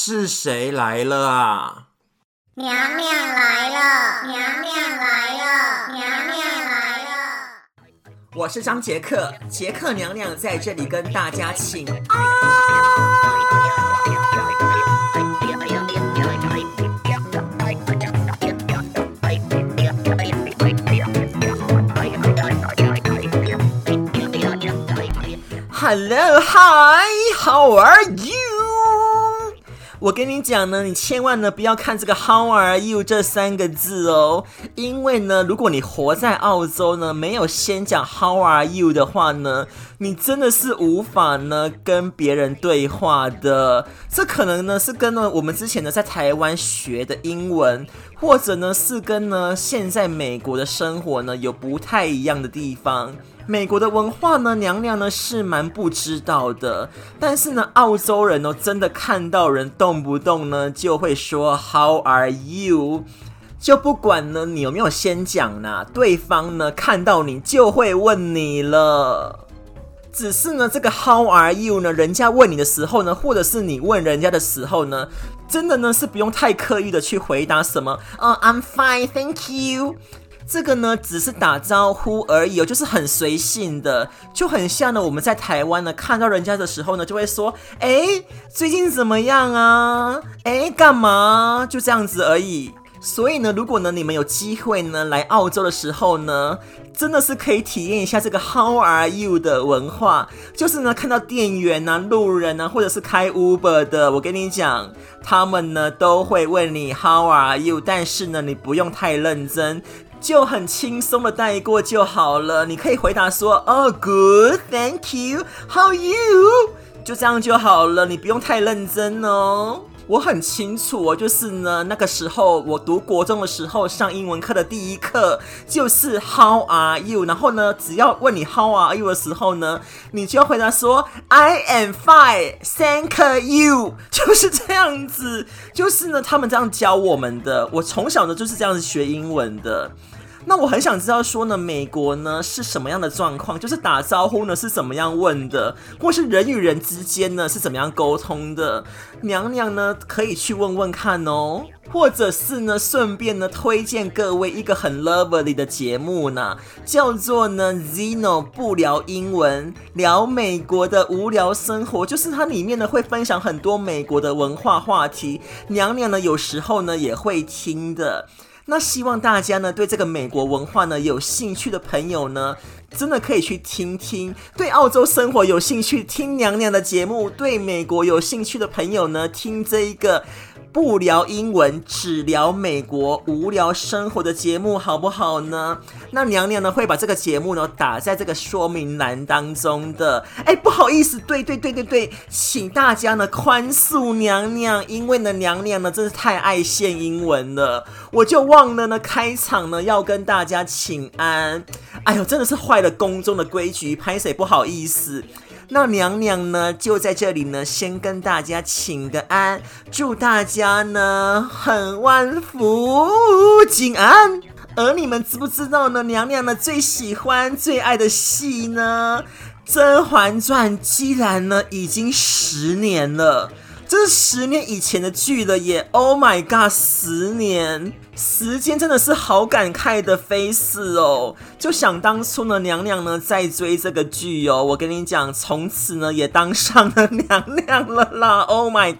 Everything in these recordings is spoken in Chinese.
是谁来了啊？ 娘娘来了，娘娘来了，娘娘来了。 我是张杰克，杰克娘娘在这里跟大家请安。Hello, hi, how are you? 我跟你讲呢，你千万呢不要看这个 How are you 这3个字哦，因为呢，如果你活在澳洲呢，没有先讲 How are you 的话呢，你真的是无法呢跟别人对话的。这可能呢是跟呢我们之前呢在台湾学的英文，或者呢是跟呢现在美国的生活呢有不太一样的地方。美国的文化呢，娘娘呢是蛮不知道的，但是呢，澳洲人哦，真的看到人动不动呢就会说 How are you？ 就不管呢你有没有先讲呢，对方呢看到你就会问你了。只是呢，这个 How are you 呢，人家问你的时候呢，或者是你问人家的时候呢，真的呢是不用太刻意的去回答什么I'm fine, thank you。这个呢只是打招呼而已哦，就是很随性的，就很像呢我们在台湾呢看到人家的时候呢就会说最近怎么样啊，干嘛，就这样子而已。所以呢，如果呢你们有机会呢来澳洲的时候呢，真的是可以体验一下这个 How are you 的文化，就是呢看到店员啊、路人啊，或者是开 Uber 的，我跟你讲，他们呢都会问你 How are you， 但是呢你不用太认真，就很轻松的带过就好了。你可以回答说good, thank you, how are you， 就这样就好了，你不用太认真哦。我很清楚哦，就是呢那个时候我读国中的时候上英文课的第一课就是 How are you， 然后呢只要问你 How are you 的时候呢，你就要回答说 I am fine, thank you， 就是这样子，就是呢他们这样教我们的，我从小呢就是这样子学英文的。那我很想知道说呢，美国呢是什么样的状况？就是打招呼呢是怎么样问的，或是人与人之间呢是怎么样沟通的？娘娘呢可以去问问看哦，或者是呢顺便呢推荐各位一个很 lovely 的节目呢，叫做呢 Zeno 不聊英文，聊美国的无聊生活，就是它里面呢会分享很多美国的文化话题，娘娘呢有时候呢也会听的。那希望大家呢对这个美国文化呢有兴趣的朋友呢，真的可以去听听。对澳洲生活有兴趣，听娘娘的节目；对美国有兴趣的朋友呢，听这一个不聊英文只聊美国无聊生活的节目，好不好呢？那娘娘呢会把这个节目呢打在这个说明栏当中的。不好意思，对，请大家呢宽恕娘娘，因为呢娘娘呢真是太爱现英文了，我就忘了呢开场呢要跟大家请安。真的是坏了宫中的规矩，拍谁不好意思。那娘娘呢就在这里呢先跟大家请个安，祝大家呢很万福金安。而你们知不知道呢，娘娘呢最喜欢最爱的戏呢《甄嬛传》居然呢已经10年了，这是10年以前的剧了耶 ！Oh my god， 10年，时间真的是好感慨的飞逝哦。就想当初呢，娘娘呢在追这个剧哦，我跟你讲，从此呢也当上了娘娘了啦。Oh my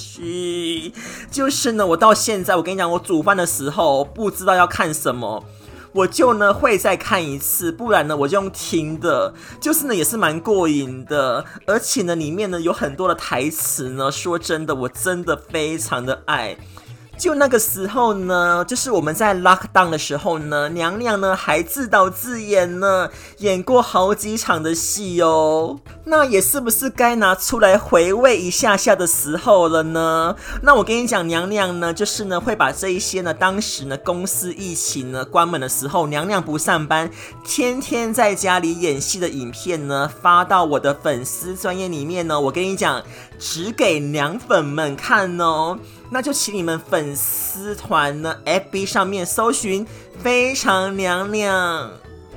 gosh， 就是呢，我到现在我跟你讲，我煮饭的时候不知道要看什么，我就呢会再看一次，不然呢我就用听的，就是呢也是蛮过瘾的，而且呢里面呢有很多的台词呢，说真的我真的非常的爱。就那个时候呢，就是我们在 lockdown 的时候呢，娘娘呢还自导自演呢，演过好几场的戏哦。那也是不是该拿出来回味一下下的时候了呢？那我跟你讲，娘娘呢就是呢会把这一些呢，当时呢公司疫情呢关门的时候，娘娘不上班，天天在家里演戏的影片呢发到我的粉丝专页里面呢，我跟你讲，只给娘粉们看哦。那就请你们粉丝团呢 FB 上面搜寻非常娘娘。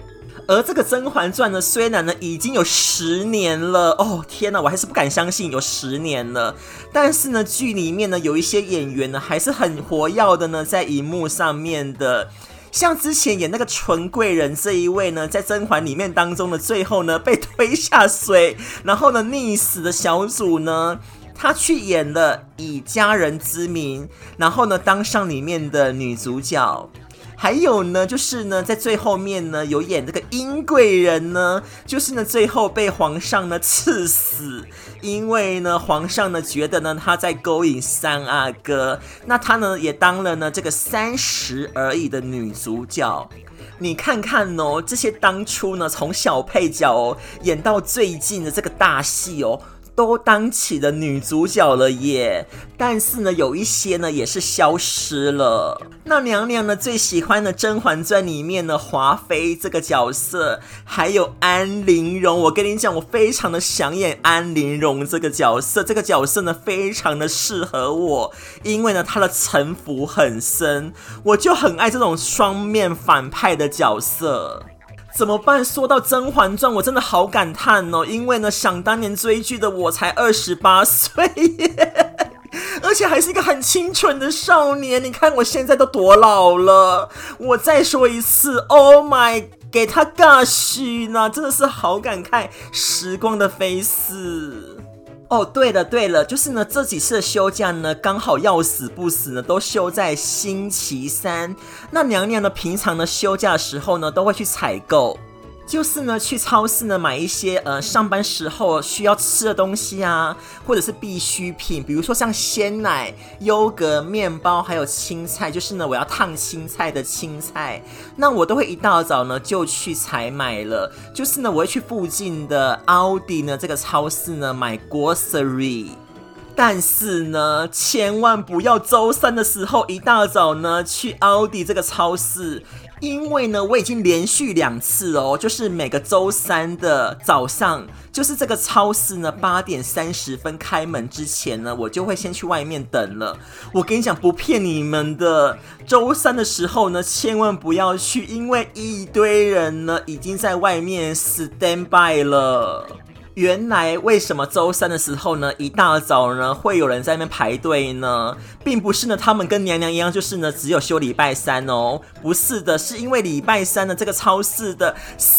而这个《甄嬛传》呢，虽然呢已经有10年了，哦天哪，我还是不敢相信有10年了。但是呢，剧里面呢有一些演员呢还是很活跃的呢，在荧幕上面的。像之前演那个纯贵人这一位呢，在甄嬛里面当中的最后呢被推下水，然后呢溺死的小主呢，她去演了以家人之名，然后呢当上里面的女主角。还有呢，就是呢，在最后面呢，有演这个殷贵人呢，就是呢，最后被皇上呢赐死，因为呢，皇上呢觉得呢他在勾引三阿哥，那他呢也当了呢这个30而已的女主角。你看看哦，这些当初呢从小配角哦演到最近的这个大戏哦，都当起了女主角了耶，但是呢，有一些呢也是消失了。那娘娘呢最喜欢的《甄嬛传》里面呢华妃这个角色，还有安陵容。我跟你讲，我非常的想演安陵容这个角色，这个角色呢非常的适合我，因为呢她的城府很深，我就很爱这种双面反派的角色。怎么办？说到《甄嬛传》，我真的好感叹哦，因为呢，想当年追剧的我才28岁耶，而且还是一个很清纯的少年。你看我现在都多老了。我再说一次 ，Oh my， 给他尬许呢，真的是好感慨时光的飞逝。哦，对了，就是呢，这几次的休假呢，刚好要死不死呢，都休在星期三。那娘娘呢，平常呢休假的时候呢，都会去采购，就是呢去超市呢买一些上班时候需要吃的东西啊，或者是必需品，比如说像鲜奶、优格、面包，还有青菜，就是呢我要烫青菜的青菜，那我都会一大早呢就去采买了。就是呢我会去附近的奥迪呢这个超市呢买 grocery。但是呢，千万不要周三的时候一大早呢去奥迪这个超市，因为呢我已经连续2次哦，就是每个周三的早上，就是这个超市呢8点30分开门之前呢，我就会先去外面等了。我跟你讲，不骗你们的，周三的时候呢，千万不要去，因为一堆人呢已经在外面 stand by 了。原来为什么周三的时候呢，一大早呢会有人在那边排队呢？并不是呢他们跟娘娘一样，就是呢只有休礼拜三哦，不是的，是因为礼拜三呢这个超市的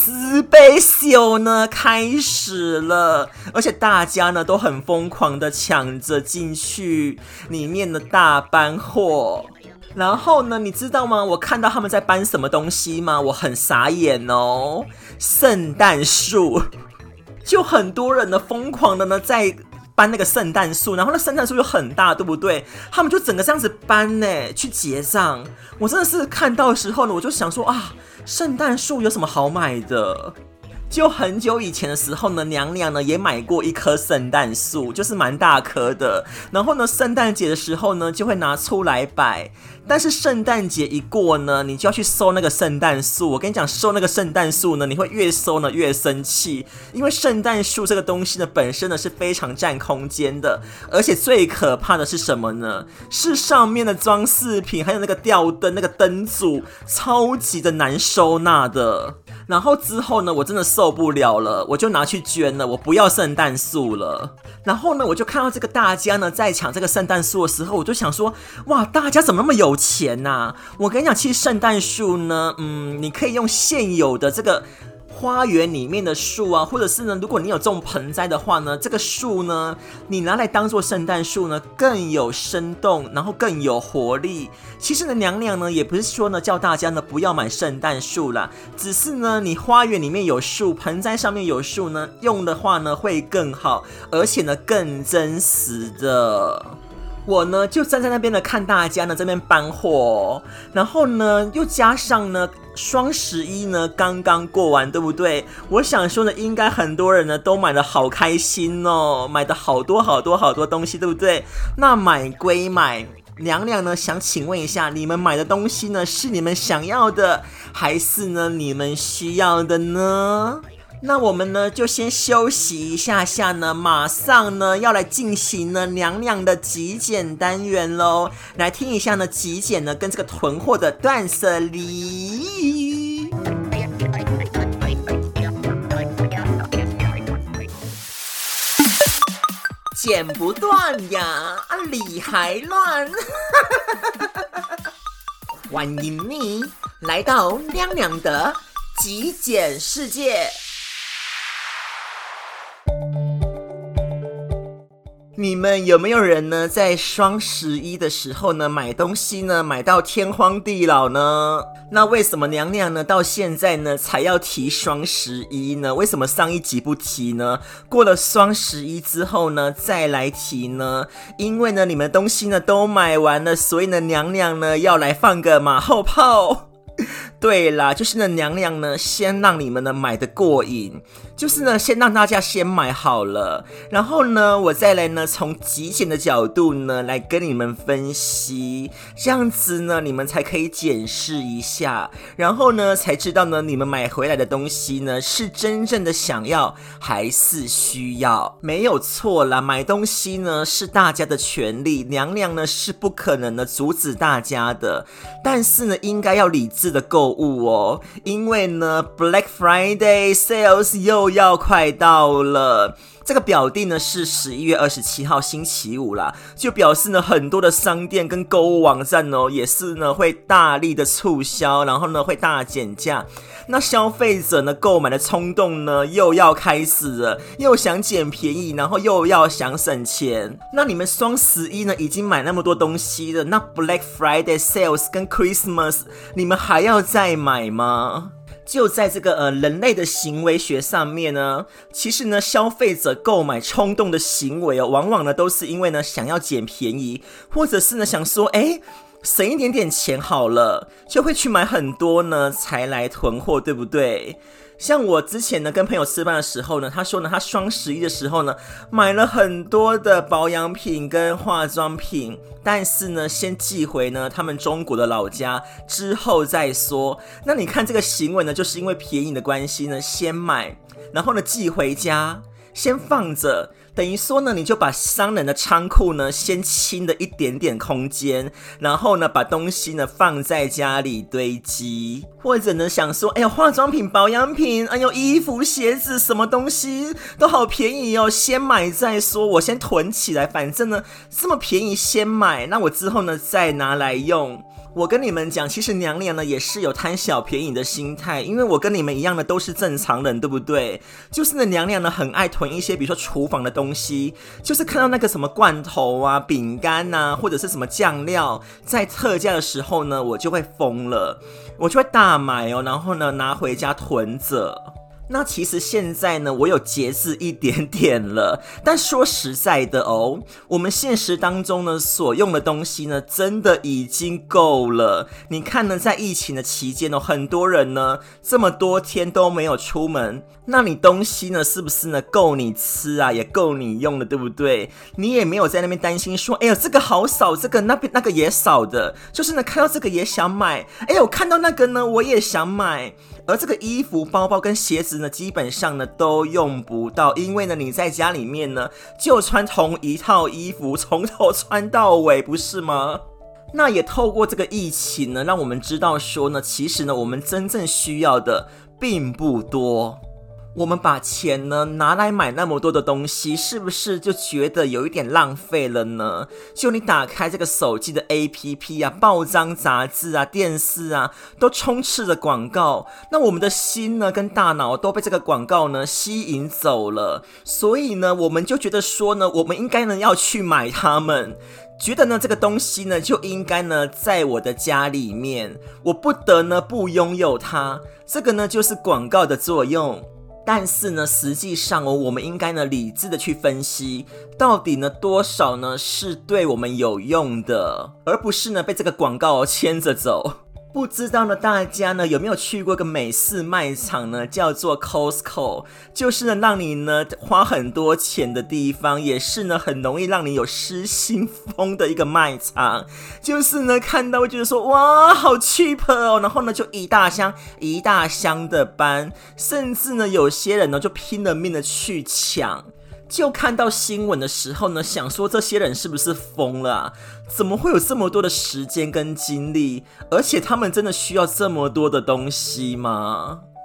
special呢开始了，而且大家呢都很疯狂的抢着进去里面的大搬货。然后呢，你知道吗？我看到他们在搬什么东西吗？我很傻眼哦，圣诞树。就很多人呢疯狂的呢在搬那个圣诞树，然后那圣诞树又很大，对不对？他们就整个这样子搬呢去结账。我真的是看到的时候呢，我就想说啊，圣诞树有什么好买的？就很久以前的时候呢，娘娘呢也买过一棵圣诞树，就是蛮大棵的。然后呢，圣诞节的时候呢就会拿出来摆。但是圣诞节一过呢，你就要去收那个圣诞树。我跟你讲，收那个圣诞树呢，你会越收呢越生气，因为圣诞树这个东西呢本身呢是非常占空间的，而且最可怕的是什么呢？是上面的装饰品，还有那个吊灯、那个灯组，超级的难收纳的。然后之后呢，我真的受不了了，我就拿去捐了，我不要圣诞树了。然后呢，我就看到这个大家呢在抢这个圣诞树的时候，我就想说，哇，大家怎么那么有钱啊？我跟你讲，其实圣诞树呢，你可以用现有的这个花园里面的树啊，或者是呢，如果你有种盆栽的话呢，这个树呢，你拿来当做圣诞树呢，更有生动，然后更有活力。其实呢，娘娘呢也不是说呢叫大家呢不要买圣诞树啦，只是呢你花园里面有树，盆栽上面有树呢，用的话呢会更好，而且呢更真实的。我呢就站在那边呢看大家呢这边搬货哦，然后呢又加上呢双11呢刚刚过完，对不对？我想说呢，应该很多人呢都买得好开心哦，买的好多东西，对不对？那买归买，娘娘呢想请问一下，你们买的东西呢是你们想要的，还是呢你们需要的呢？那我们呢就先休息一下下呢，马上呢要来进行呢娘娘的极简单元咯，来听一下呢极简呢跟这个囤货的断舍离。 剪不断呀，理还乱。欢迎你来到娘娘的极简世界。你们有没有人呢，在双11的时候呢，买东西呢，买到天荒地老呢？那为什么娘娘呢，到现在呢，才要提双11呢？为什么上一集不提呢？过了双11之后呢，再来提呢？因为呢，你们的东西呢，都买完了，所以呢，娘娘呢，要来放个马后炮。对啦，就是呢，娘娘呢，先让你们呢买的过瘾，就是呢，先让大家先买好了，然后呢，我再来呢，从极简的角度呢，来跟你们分析，这样子呢，你们才可以检视一下，然后呢，才知道呢，你们买回来的东西呢，是真正的想要还是需要，没有错啦，买东西呢是大家的权利，娘娘呢是不可能的阻止大家的，但是呢，应该要理智的购物哦，因为呢 Black Friday Sales 又要快到了，这个表定呢是11月27号星期五啦，就表示呢很多的商店跟购物网站哦，也是呢会大力的促销，然后呢会大减价，那消费者呢购买的冲动呢又要开始了，又想捡便宜，然后又要想省钱。那你们双11呢已经买那么多东西了，那 Black Friday Sales 跟 Christmas 你们还要再买吗？就在这个人类的行为学上面呢，其实呢消费者购买冲动的行为哦，往往呢都是因为呢想要捡便宜，或者是呢想说省一点点钱好了，就会去买很多呢才来囤货，对不对？像我之前呢跟朋友吃饭的时候呢，他说呢他双11的时候呢买了很多的保养品跟化妆品，但是呢先寄回呢他们中国的老家之后再说。那你看这个行为呢，就是因为便宜的关系呢，先买，然后呢寄回家，先放着，等于说呢，你就把商人的仓库呢先清了一点点空间，然后呢把东西呢放在家里堆积，或者呢想说，化妆品、保养品，衣服、鞋子，什么东西都好便宜哦，先买再说，我先囤起来，反正呢这么便宜先买，那我之后呢再拿来用。我跟你们讲，其实娘娘呢也是有贪小便宜的心态，因为我跟你们一样的都是正常人，对不对？就是呢娘娘呢很爱囤一些比如说厨房的东西，就是看到那个什么罐头啊、饼干啊，或者是什么酱料在特价的时候呢，我就会疯了，我就会大买哦，然后呢拿回家囤着。那其实现在呢，我有节制一点点了，但说实在的哦，我们现实当中呢所用的东西呢，真的已经够了。你看呢，在疫情的期间哦，很多人呢这么多天都没有出门，那你东西呢是不是呢够你吃啊，也够你用的，对不对？你也没有在那边担心说，这个好少，这个那个也少的，就是呢看到这个也想买，我看到那个呢我也想买。而这个衣服、包包跟鞋子呢，基本上呢都用不到，因为呢你在家里面呢就穿同一套衣服，从头穿到尾，不是吗？那也透过这个疫情呢，让我们知道说呢，其实呢我们真正需要的并不多。我们把钱呢拿来买那么多的东西，是不是就觉得有一点浪费了呢？就你打开这个手机的 APP 啊，报章杂志啊，电视啊，都充斥着广告，那我们的心呢跟大脑都被这个广告呢吸引走了，所以呢我们就觉得说呢，我们应该呢要去买它们，觉得呢这个东西呢就应该呢在我的家里面，我不得呢不拥有它，这个呢就是广告的作用。但是呢实际上哦，我们应该呢理智的去分析，到底呢多少呢是对我们有用的，而不是呢被这个广告牵着走。不知道呢大家呢有没有去过一个美式卖场呢，叫做 Costco， 就是呢让你呢花很多钱的地方，也是呢很容易让你有失心疯的一个卖场。就是呢看到会觉得说，哇好 cheap 哦，然后呢就一大箱一大箱的搬，甚至呢有些人呢就拼了命的去抢。就看到新闻的时候呢，想说这些人是不是疯了啊？怎么会有这么多的时间跟精力？而且他们真的需要这么多的东西吗？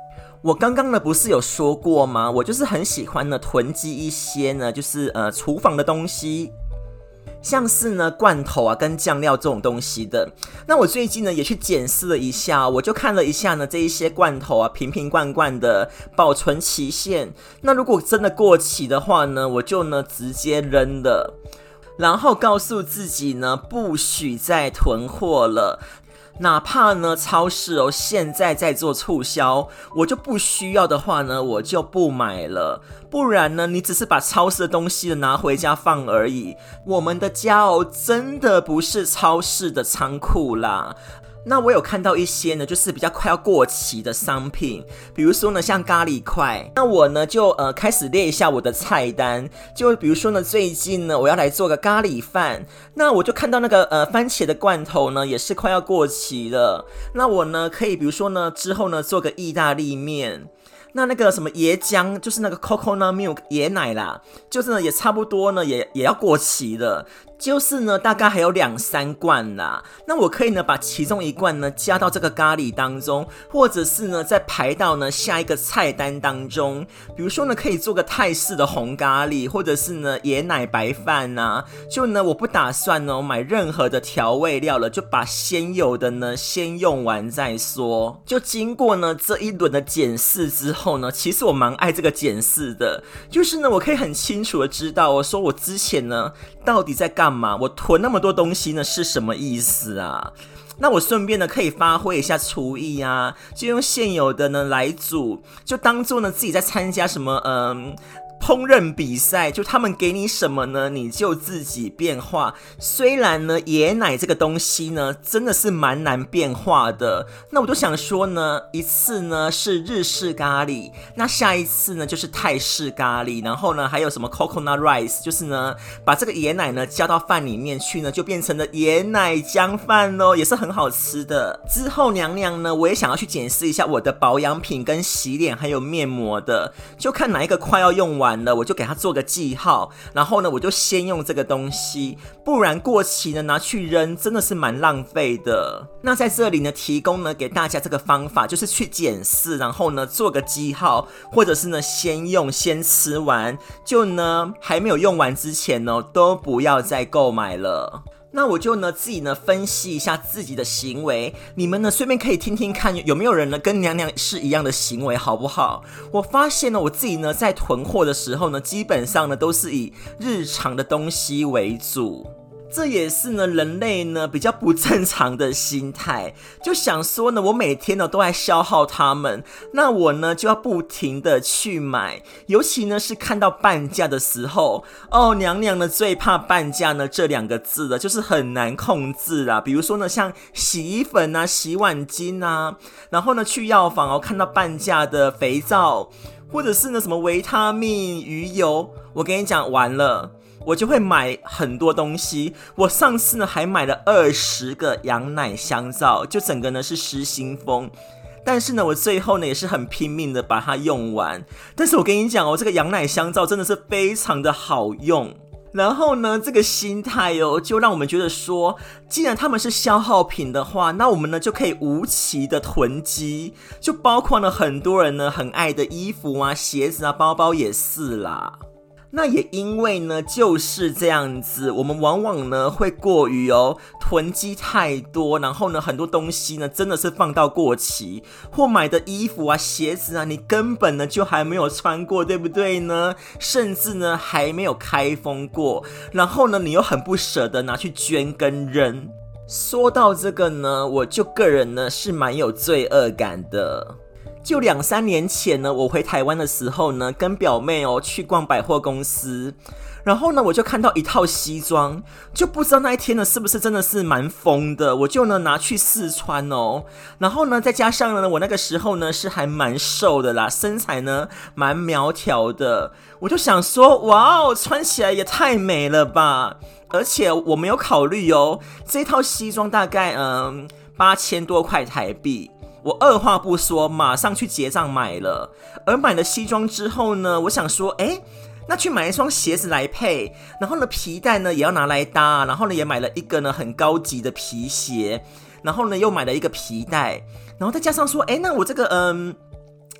我刚刚呢不是有说过吗？我就是很喜欢呢囤积一些呢，就是厨房的东西，像是呢罐头啊跟酱料这种东西的。那我最近呢也去检视了一下，我就看了一下呢这一些罐头啊瓶瓶罐罐的保存期限，那如果真的过期的话呢，我就呢直接扔了，然后告诉自己呢不许再囤货了。哪怕呢超市现在在做促销，我就不需要的话呢我就不买了，不然呢你只是把超市的东西拿回家放而已。我们的家真的不是超市的仓库啦。那我有看到一些呢，就是比较快要过期的商品，比如说呢，像咖喱块。那我呢就开始列一下我的菜单，就比如说呢，最近呢我要来做个咖喱饭，那我就看到那个番茄的罐头呢也是快要过期了，那我呢可以比如说呢之后呢做个意大利面。那个什么椰浆，就是那个 coconut milk 椰奶啦，就是呢也差不多呢也要过期了，就是呢大概还有2-3罐啦。那我可以呢把其中一罐呢加到这个咖喱当中，或者是呢再排到呢下一个菜单当中。比如说呢可以做个泰式的红咖喱，或者是呢椰奶白饭啊。就呢我不打算呢买任何的调味料了，就把现有的呢先用完再说。就经过呢这一轮的检视之后呢，其实我蛮爱这个检视的，就是呢我可以很清楚的知道说我之前呢到底在干嘛，我囤那么多东西呢是什么意思啊。那我顺便呢可以发挥一下厨艺啊，就用现有的呢来煮，就当做呢自己在参加什么烹饪比赛，就他们给你什么呢你就自己变化。虽然呢椰奶这个东西呢真的是蛮难变化的，那我就想说呢，一次呢是日式咖喱，那下一次呢就是泰式咖喱，然后呢还有什么 coconut rice， 就是呢把这个椰奶呢加到饭里面去呢，就变成了椰奶浆饭咯，也是很好吃的。之后娘娘呢我也想要去检视一下我的保养品跟洗脸还有面膜的，就看哪一个快要用完了，我就给它做个记号，然后呢我就先用这个东西，不然过期呢拿去扔真的是蛮浪费的。那在这里呢提供呢给大家这个方法，就是去检视，然后呢做个记号，或者是呢先用先吃完，就呢还没有用完之前呢都不要再购买了。那我就呢自己呢分析一下自己的行为，你们呢顺便可以听听看有没有人呢跟娘娘是一样的行为好不好？我发现呢我自己呢在囤货的时候呢，基本上呢都是以日常的东西为主。这也是呢人类呢比较不正常的心态，就想说呢我每天呢都在消耗它们，那我呢就要不停的去买，尤其呢是看到半价的时候，娘娘呢最怕半价呢这2个字了，就是很难控制啦。比如说呢像洗衣粉啊洗碗巾啊，然后呢去药房看到半价的肥皂，或者是呢什么维他命鱼油，我跟你讲完了我就会买很多东西。我上次呢还买了20个羊奶香皂，就整个呢是失心疯，但是呢我最后呢也是很拼命的把它用完。但是我跟你讲这个羊奶香皂真的是非常的好用。然后呢这个心态就让我们觉得说，既然他们是消耗品的话，那我们呢就可以无期的囤积，就包括呢很多人呢很爱的衣服啊鞋子啊包包也是啦。那也因为呢就是这样子，我们往往呢会过于囤积太多，然后呢很多东西呢真的是放到过期，或买的衣服啊鞋子啊你根本呢就还没有穿过，对不对呢？甚至呢还没有开封过，然后呢你又很不舍得拿去捐跟扔。说到这个呢，我就个人呢是蛮有罪恶感的。就2-3年前呢，我回台湾的时候呢，跟表妹去逛百货公司，然后呢我就看到一套西装，就不知道那一天呢是不是真的是蛮疯的，我就呢拿去试穿然后呢再加上呢我那个时候呢是还蛮瘦的啦，身材呢蛮苗条的，我就想说哇穿起来也太美了吧。而且我没有考虑这套西装大概8000多块台币，我二话不说马上去结账买了。而买了西装之后呢，我想说那去买一双鞋子来配，然后呢皮带呢也要拿来搭，然后呢也买了一个呢很高级的皮鞋，然后呢又买了一个皮带，然后再加上说那我这个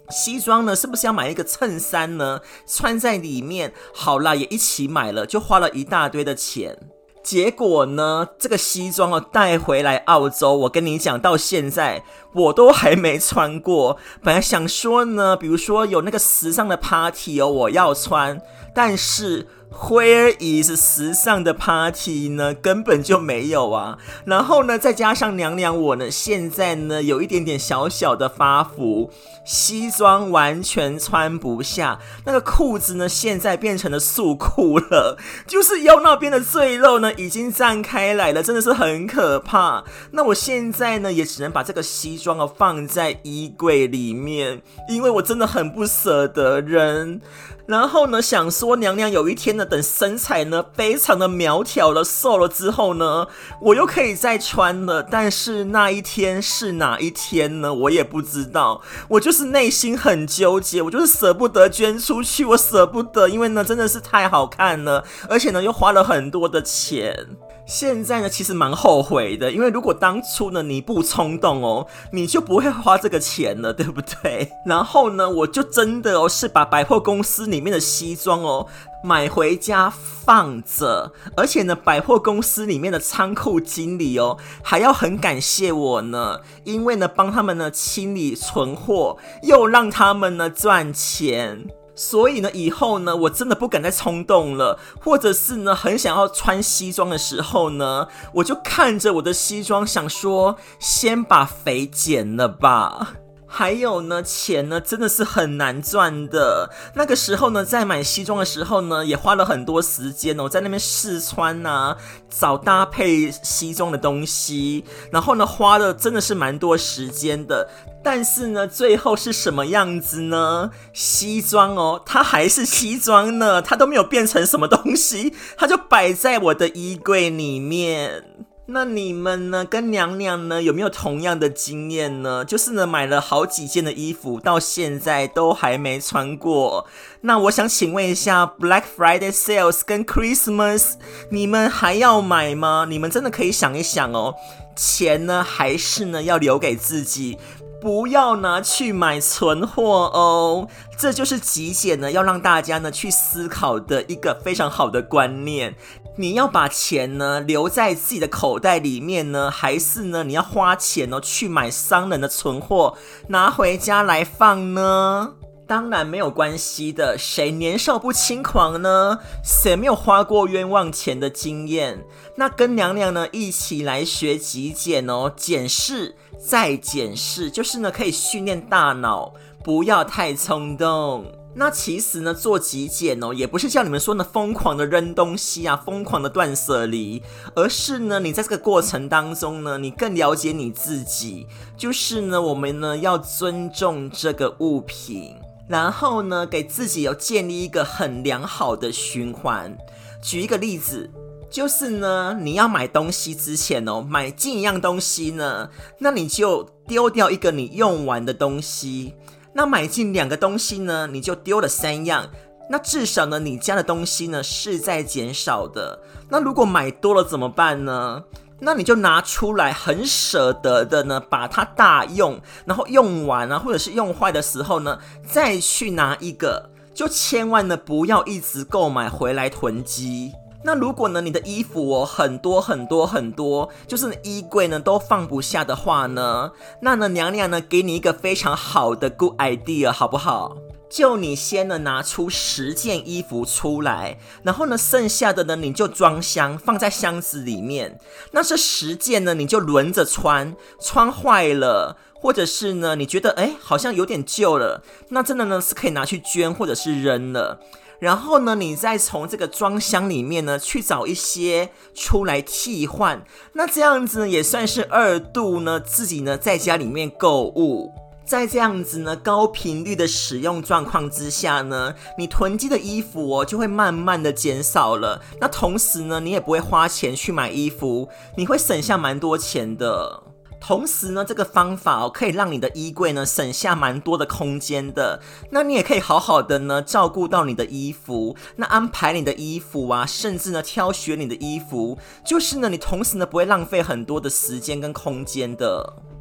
西装呢是不是要买一个衬衫呢穿在里面？好啦，也一起买了，就花了一大堆的钱。结果呢，这个西装带回来澳洲，我跟你讲，到现在我都还没穿过。本来想说呢，比如说有那个时尚的 party 我要穿，但是 Where is 时尚的 party 呢？根本就没有啊。然后呢，再加上娘娘我呢，现在呢有一点点小小的发福，西装完全穿不下，那个裤子呢现在变成了束裤了，就是腰那边的赘肉呢已经绽开来了，真的是很可怕。那我现在呢也只能把这个西装放在衣柜里面，因为我真的很不舍得扔。然后呢，想说娘娘有一天呢，等身材呢非常的苗条了、瘦了之后呢，我又可以再穿了。但是那一天是哪一天呢？我也不知道。我就是内心很纠结，我就是舍不得捐出去，我舍不得，因为呢真的是太好看了，而且呢又花了很多的钱。现在呢其实蛮后悔的，因为如果当初呢你不冲动你就不会花这个钱了，对不对？然后呢我就真的是把百货公司里面的西装买回家放着，而且呢百货公司里面的仓库经理还要很感谢我呢，因为呢帮他们呢清理存货，又让他们呢赚钱。所以呢，以后呢，我真的不敢再冲动了，或者是呢，很想要穿西装的时候呢，我就看着我的西装，想说，先把肥减了吧。还有呢，钱呢真的是很难赚的。那个时候呢，在买西装的时候呢，也花了很多时间在那边试穿啊，找搭配西装的东西，然后呢，花了真的是蛮多时间的。但是呢，最后是什么样子呢？西装它还是西装呢，它都没有变成什么东西，它就摆在我的衣柜里面。那你们呢，跟娘娘呢有没有同样的经验呢？就是呢买了好几件的衣服，到现在都还没穿过。那我想请问一下 Black Friday Sales 跟 Christmas 你们还要买吗？你们真的可以想一想钱呢还是呢要留给自己，不要拿去买存货这就是极简呢要让大家呢去思考的一个非常好的观念。你要把钱呢留在自己的口袋里面呢，还是呢你要花钱去买商人的存货拿回家来放呢？当然没有关系的，谁年少不轻狂呢？谁没有花过冤枉钱的经验？那跟娘娘呢一起来学极简检视再检视，就是呢可以训练大脑，不要太冲动。那其实呢做极简也不是叫你们说呢疯狂的扔东西啊，疯狂的断舍离，而是呢你在这个过程当中呢，你更了解你自己，就是呢我们呢要尊重这个物品，然后呢给自己建立一个很良好的循环。举一个例子，就是呢你要买东西之前买进一样东西呢，那你就丢掉一个你用完的东西，那买进2个东西呢，你就丢了3样，那至少呢你家的东西呢是在减少的。那如果买多了怎么办呢？那你就拿出来很舍得的呢把它大用，然后用完或者是用坏的时候呢再去拿一个，就千万呢不要一直购买回来囤积。那如果呢你的衣服很多很多很多，就是衣柜呢都放不下的话呢，那呢娘娘呢给你一个非常好的 good idea 好不好？就你先呢拿出10件衣服出来，然后呢剩下的呢你就装箱放在箱子里面。那这10件呢你就轮着穿，穿坏了或者是呢你觉得好像有点旧了，那真的呢是可以拿去捐或者是扔了。然后呢你再从这个装箱里面呢去找一些出来替换，那这样子呢也算是2度呢自己呢在家里面购物。在这样子呢高频率的使用状况之下呢，你囤积的衣服就会慢慢的减少了。那同时呢你也不会花钱去买衣服，你会省下蛮多钱的。同时呢这个方法可以让你的衣柜呢省下蛮多的空间的。那你也可以好好的呢照顾到你的衣服，那安排你的衣服甚至呢挑选你的衣服，就是呢你同时呢不会浪费很多的时间跟空间的。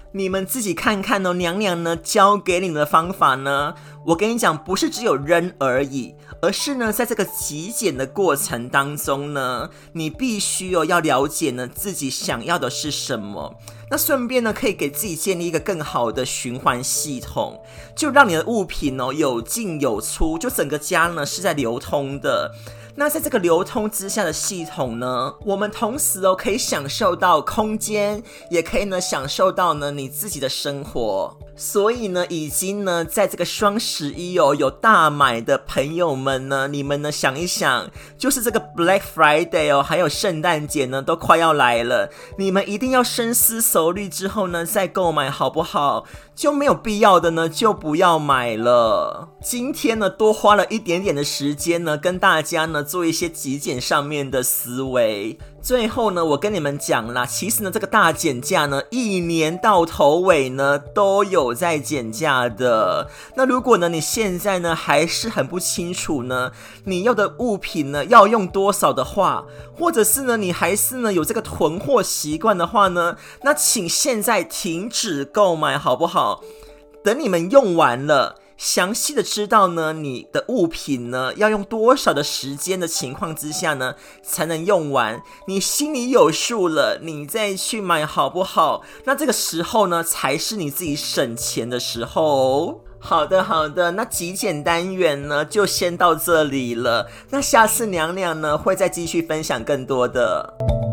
你们自己看看哦，娘娘呢教给你们的方法呢，我跟你讲，不是只有扔而已，而是呢，在这个极简的过程当中呢，你必须要了解呢自己想要的是什么。那顺便呢，可以给自己建立一个更好的循环系统，就让你的物品有进有出，就整个家呢是在流通的。那在这个流通之下的系统呢，我们同时可以享受到空间，也可以呢享受到呢你自己的生活。所以呢，已经呢在这个双11有大买的朋友们呢，你们呢想一想，就是这个 Black Friday 还有圣诞节呢都快要来了，你们一定要深思熟虑之后呢再购买，好不好？就没有必要的呢就不要买了。今天呢多花了一点点的时间呢，跟大家呢做一些极简上面的思维。最后呢，我跟你们讲啦，其实呢这个大减价呢，一年到头尾呢都有在减价的。那如果呢你现在呢还是很不清楚呢，你要的物品呢要用多少的话，或者是呢你还是呢有这个囤货习惯的话呢，那请现在停止购买，好不好？等你们用完了，详细的知道呢你的物品呢要用多少的时间的情况之下呢才能用完，你心里有数了，你再去买，好不好？那这个时候呢才是你自己省钱的时候。好的，那极简单元呢就先到这里了，那下次娘娘呢会再继续分享更多的。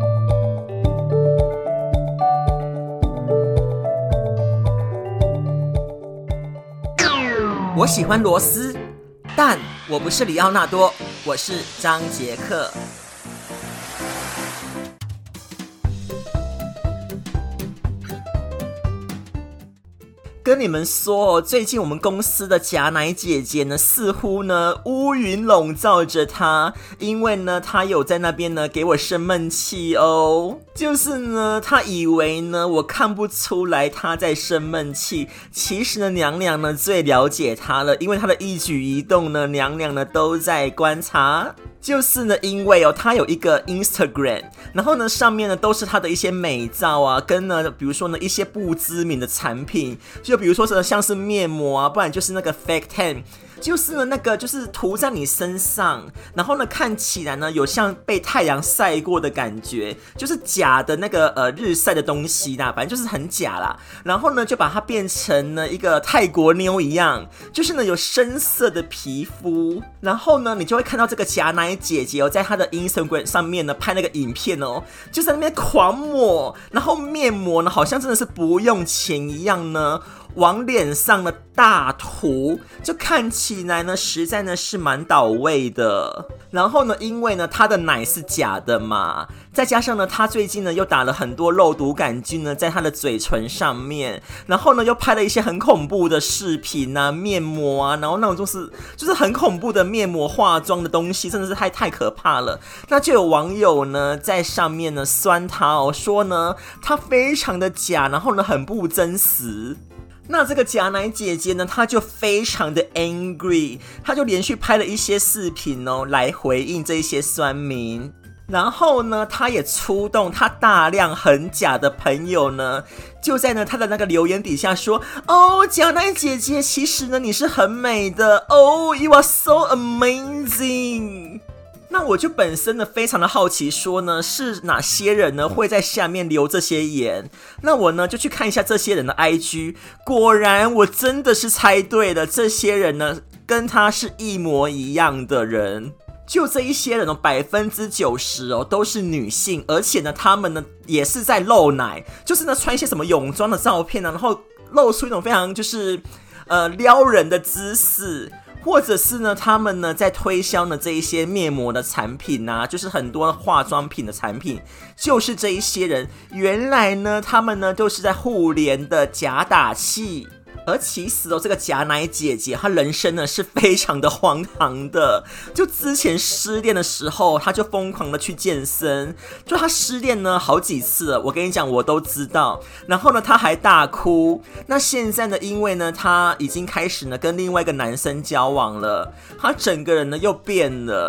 我喜欢螺丝，但我不是里奥纳多，我是张杰克。跟你们说最近我们公司的假奶姐姐呢，似乎呢乌云笼罩着她，因为呢她有在那边呢给我生闷气哦。就是呢她以为呢我看不出来她在生闷气，其实呢娘娘呢最了解她了，因为她的一举一动呢娘娘呢都在观察。就是呢因为她有一个 Instagram， 然后呢上面呢都是她的一些美照啊，跟呢比如说呢一些不知名的产品，就比如说像是面膜啊，不然就是那个 Fake Tan， 就是呢那个就是涂在你身上，然后呢看起来呢有像被太阳晒过的感觉，就是假的那个日晒的东西啦，反正就是很假啦。然后呢就把它变成呢一个泰国妞一样，就是呢有深色的皮肤，然后呢你就会看到这个假奶姐姐在她的 Instagram 上面呢拍那个影片就在那边狂抹，然后面膜呢好像真的是不用钱一样呢往脸上的大涂，就看起来呢实在呢是蛮到位的。然后呢因为呢她的奶是假的嘛，再加上呢她最近呢又打了很多肉毒杆菌呢在她的嘴唇上面，然后呢又拍了一些很恐怖的视频啊面膜啊，然后那种就是很恐怖的面膜化妆的东西，真的是太可怕了。那就有网友呢在上面呢酸她说呢她非常的假，然后呢很不真实。那这个假奶姐姐呢，她就非常的 angry， 她就连续拍了一些视频来回应这些酸民。然后呢，她也出动她大量很假的朋友呢，就在呢她的那个留言底下说：“哦，假奶姐姐，其实呢你是很美的哦 ，You are so amazing。”那我就本身呢非常的好奇，说呢是哪些人呢会在下面留这些言？那我呢就去看一下这些人的 IG， 果然我真的是猜对了，这些人呢跟他是一模一样的人。就这一些人90%都是女性，而且呢他们呢也是在露奶，就是呢穿一些什么泳装的照片呢，然后露出一种非常就是撩人的姿势。或者是呢，他们呢在推销呢这一些面膜的产品啊，就是很多化妆品的产品，就是这一些人，原来呢他们呢都是在互联的假打气。而其实这个假奶姐姐她人生呢是非常的荒唐的，就之前失恋的时候她就疯狂的去健身，就她失恋呢好几次了，我跟你讲我都知道，然后呢她还大哭。那现在呢因为呢她已经开始呢跟另外一个男生交往了，她整个人呢又变了，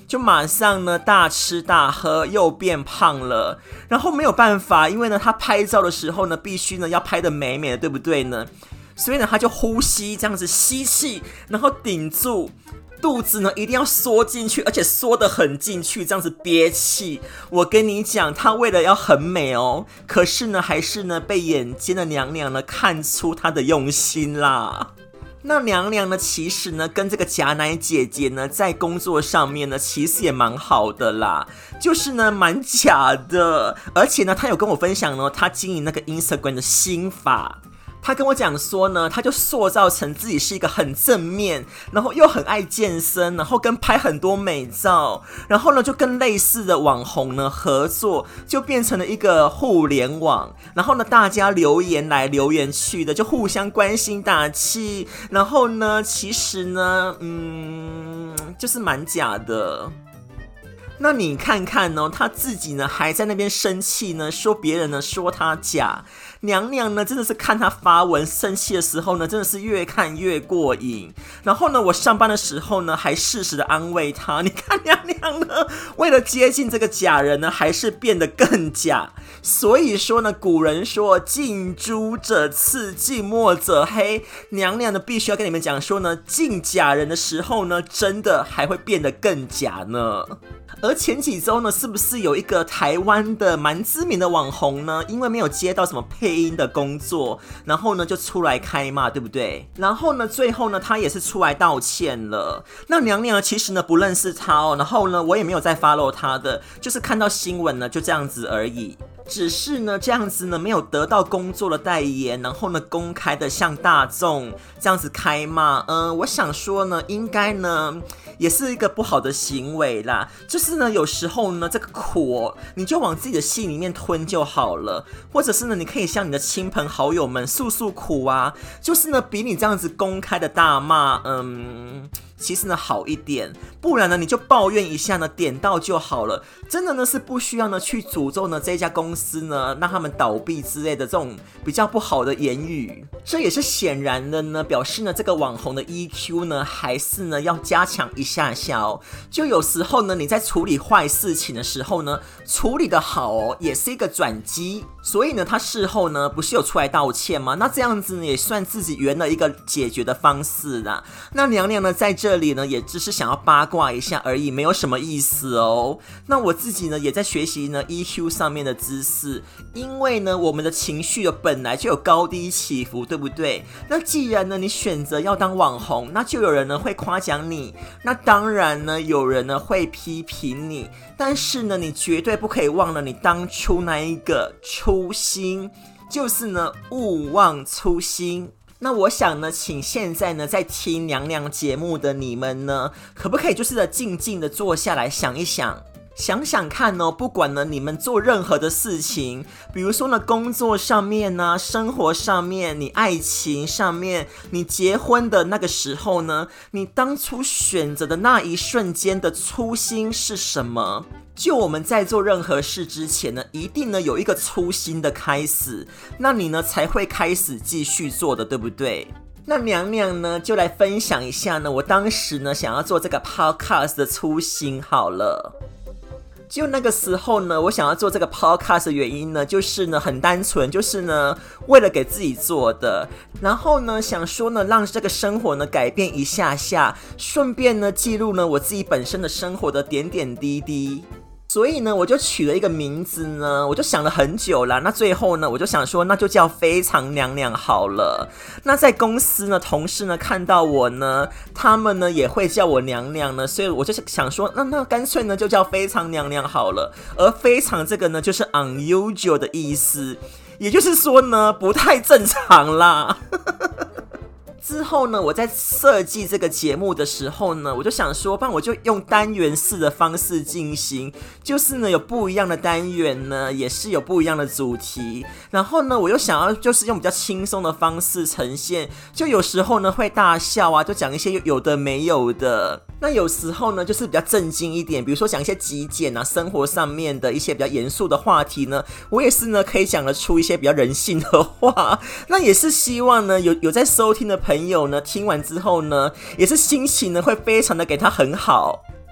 就马上呢大吃大喝，又变胖了。然后没有办法，因为呢他拍照的时候呢必须呢要拍得美美的，对不对呢？所以呢他就呼吸这样子吸气，然后顶住。肚子呢一定要缩进去，而且缩得很进去，这样子憋气。我跟你讲，他为了要很美哦，可是呢还是呢被眼尖的娘娘呢看出他的用心啦。那娘娘呢其实呢跟这个假奶姐姐呢在工作上面呢其实也蛮好的啦，就是呢蛮假的。而且呢她有跟我分享呢她经营那个 Instagram 的心法。他跟我讲说呢，他就塑造成自己是一个很正面，然后又很爱健身，然后跟拍很多美照，然后呢就跟类似的网红呢合作，就变成了一个互联网，然后呢大家留言来留言去的，就互相关心打气，然后呢其实呢就是蛮假的。那你看看哦，他自己呢还在那边生气呢，说别人呢说他假。娘娘呢真的是看他发文生气的时候呢，真的是越看越过瘾。然后呢我上班的时候呢还适时的安慰他，你看娘娘呢为了接近这个假人呢还是变得更假。所以说呢古人说近朱者赤，近墨者黑。娘娘呢必须要跟你们讲说呢，近假人的时候呢真的还会变得更假呢。而前几周呢，是不是有一个台湾的蛮知名的网红呢？因为没有接到什么配音的工作，然后呢就出来开骂，对不对？然后呢，最后呢，他也是出来道歉了。那娘娘呢，其实呢不认识他哦，然后呢，我也没有再 follow 他的，就是看到新闻呢，就这样子而已。只是呢，这样子呢没有得到工作的代言，然后呢公开的向大众这样子开骂，我想说呢，应该呢也是一个不好的行为啦。就是呢，有时候呢这个苦你就往自己的心里面吞就好了，或者是呢你可以向你的亲朋好友们诉诉苦啊，就是呢比你这样子公开的大骂，其实呢好一点，不然呢你就抱怨一下呢，点到就好了。真的呢是不需要呢去诅咒呢这家公司呢让他们倒闭之类的这种比较不好的言语。这也是显然的呢，表示呢这个网红的 EQ 呢还是呢要加强一下下哦。就有时候呢你在处理坏事情的时候呢，处理的好哦也是一个转机。所以呢他事后呢不是有出来道歉吗？那这样子呢也算自己圆了一个解决的方式啦。那娘娘呢在这里呢也只是想要八卦一下而已，没有什么意思哦。那我自己呢也在学习呢 EQ 上面的知识，因为呢我们的情绪本来就有高低起伏，对不对？那既然呢你选择要当网红，那就有人呢会夸奖你，那当然呢有人呢会批评你，但是呢你绝对不可以忘了你当初那一个初心，就是呢勿忘初心。那我想呢，请现在呢在听娘娘节目的你们呢，可不可以就是静静的坐下来想一想，想想看哦，不管呢你们做任何的事情，比如说呢工作上面呢，生活上面，你爱情上面，你结婚的那个时候呢，你当初选择的那一瞬间的初心是什么？就我们在做任何事之前呢，一定呢有一个初心的开始，那你呢才会开始继续做的，对不对？那娘娘呢就来分享一下呢，我当时呢想要做这个 podcast 的初心好了。就那个时候呢，我想要做这个 podcast 的原因呢，就是呢很单纯，就是呢为了给自己做的，然后呢想说呢让这个生活呢改变一下下，顺便呢记录呢我自己本身的生活的点点滴滴。所以呢我就取了一个名字呢，我就想了很久啦，那最后呢我就想说那就叫非常娘娘好了。那在公司呢同事呢看到我呢，他们呢也会叫我娘娘呢，所以我就想说那干脆呢就叫非常娘娘好了。而非常这个呢就是 unusual 的意思，也就是说呢不太正常啦。之后呢我在设计这个节目的时候呢，我就想说不然我就用单元式的方式进行，就是呢有不一样的单元呢，也是有不一样的主题，然后呢我又想要就是用比较轻松的方式呈现，就有时候呢会大笑啊，就讲一些有的没有的。那有时候呢就是比较正经一点，比如说讲一些极简啊，生活上面的一些比较严肃的话题呢，我也是呢可以讲得出一些比较人性的话。那也是希望呢有在收听的朋友呢听完之后呢，也是心情呢会非常的给他很好。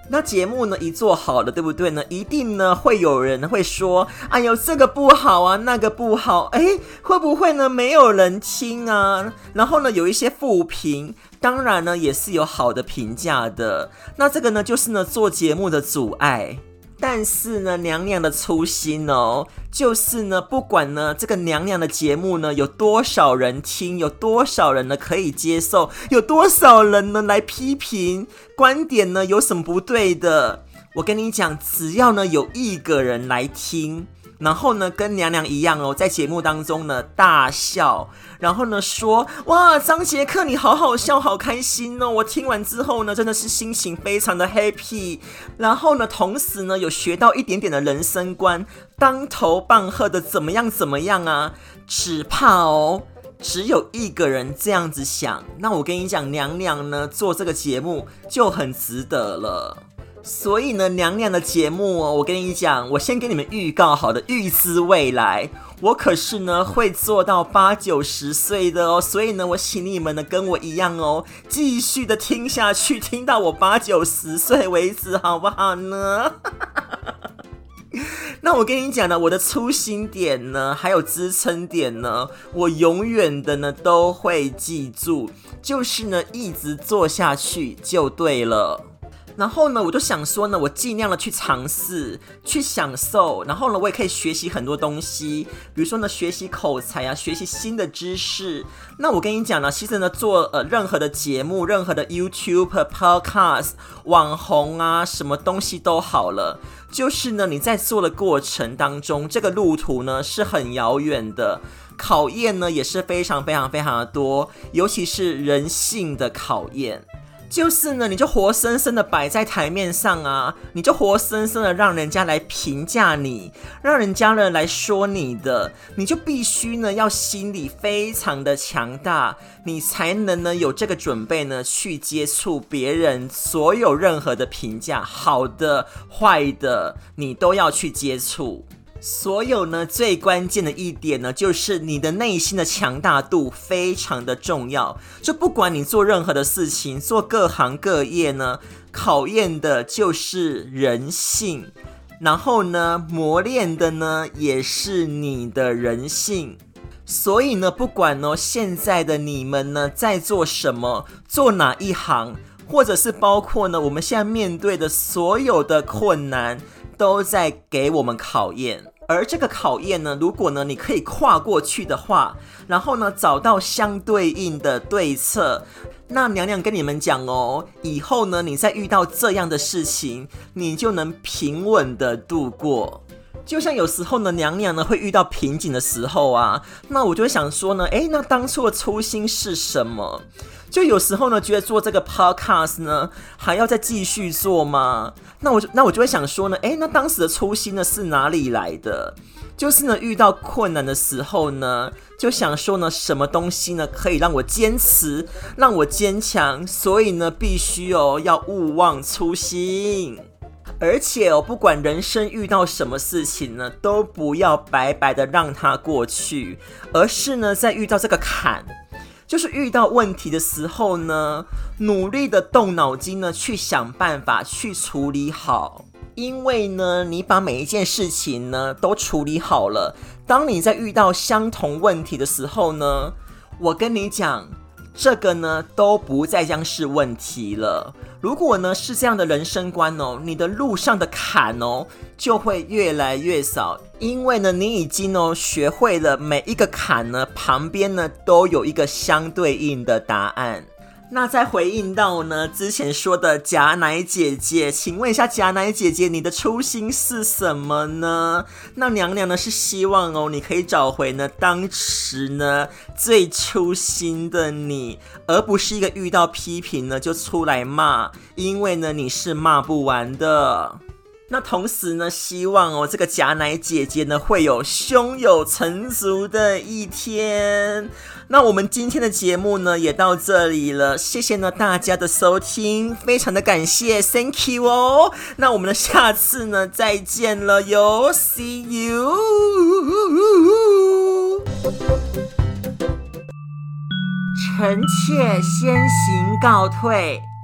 那节目呢一做好了，对不对呢？一定呢会有人会说，哎呦这个不好啊，那个不好，会不会呢没有人听啊？然后呢有一些负评，当然呢也是有好的评价的。那这个呢就是呢做节目的阻碍。但是呢，娘娘的初心哦，就是呢，不管呢这个娘娘的节目呢有多少人听，有多少人呢可以接受，有多少人呢来批评，观点呢有什么不对的，我跟你讲，只要呢有一个人来听，然后呢跟娘娘一样哦，在节目当中呢大笑，然后呢说，哇，张杰克你好好笑，好开心哦，我听完之后呢真的是心情非常的 happy， 然后呢同时呢有学到一点点的人生观，当头棒喝的怎么样啊，只怕哦只有一个人这样子想，那我跟你讲，娘娘呢做这个节目就很值得了。所以呢，娘娘的节目哦，我跟你讲，我先给你们预告好的，预知未来，我可是呢会做到80-90岁的哦。所以呢，我请你们呢跟我一样哦，继续的听下去，听到我80-90岁为止，好不好呢？那我跟你讲呢，我的初心点呢，还有支撑点呢，我永远的呢都会记住，就是呢一直做下去就对了。然后呢，我就想说呢，我尽量的去尝试，去享受，然后呢，我也可以学习很多东西，比如说呢，学习口才啊，学习新的知识。那我跟你讲呢，其实呢，做任何的节目，任何的 YouTube、Podcast、网红啊，什么东西都好了，就是呢，你在做的过程当中，这个路途呢是很遥远的，考验呢也是非常非常非常的多，尤其是人性的考验。就是呢，你就活生生的摆在台面上啊，你就活生生的让人家来评价你，让人家呢来说你的，你就必须呢要心理非常的强大，你才能呢有这个准备呢去接触别人所有任何的评价，好的、坏的，你都要去接触。所有呢，最关键的一点呢，就是你的内心的强大度非常的重要。就不管你做任何的事情，做各行各业呢，考验的就是人性，然后呢，磨练的呢，也是你的人性。所以呢，不管呢，现在的你们呢，在做什么，做哪一行，或者是包括呢，我们现在面对的所有的困难，都在给我们考验。而这个考验呢，如果呢你可以跨过去的话，然后呢找到相对应的对策，那娘娘跟你们讲哦，以后呢你再遇到这样的事情，你就能平稳的度过。就像有时候呢，娘娘呢会遇到瓶颈的时候啊，那我就会想说呢，那当初的初心是什么？就有时候呢，觉得做这个 podcast 呢，还要再继续做吗？那我就会想说呢，那当时的初心呢是哪里来的？就是呢，遇到困难的时候呢，就想说呢，什么东西呢可以让我坚持，让我坚强？所以呢，必须要勿忘初心。而且不管人生遇到什么事情呢，都不要白白的让它过去，而是呢，在遇到这个坎，就是遇到问题的时候呢，努力的动脑筋呢，去想办法去处理好。因为呢，你把每一件事情呢都处理好了，当你在遇到相同问题的时候呢，我跟你讲，这个呢都不再将是问题了。如果呢是这样的人生观哦，你的路上的坎哦就会越来越少，因为呢你已经学会了每一个坎呢旁边呢都有一个相对应的答案。那再回应到呢之前说的假奶姐姐，请问一下假奶姐姐，你的初心是什么呢？那娘娘呢是希望你可以找回呢当时呢最初心的你，而不是一个遇到批评呢就出来骂，因为呢你是骂不完的。那同时呢，希望这个假奶姐姐呢会有胸有成竹的一天。那我们今天的节目呢也到这里了，谢谢呢大家的收听，非常的感谢 ，Thank you 哦。那我们的下次呢再见了哟 ，See you。臣妾先行告退。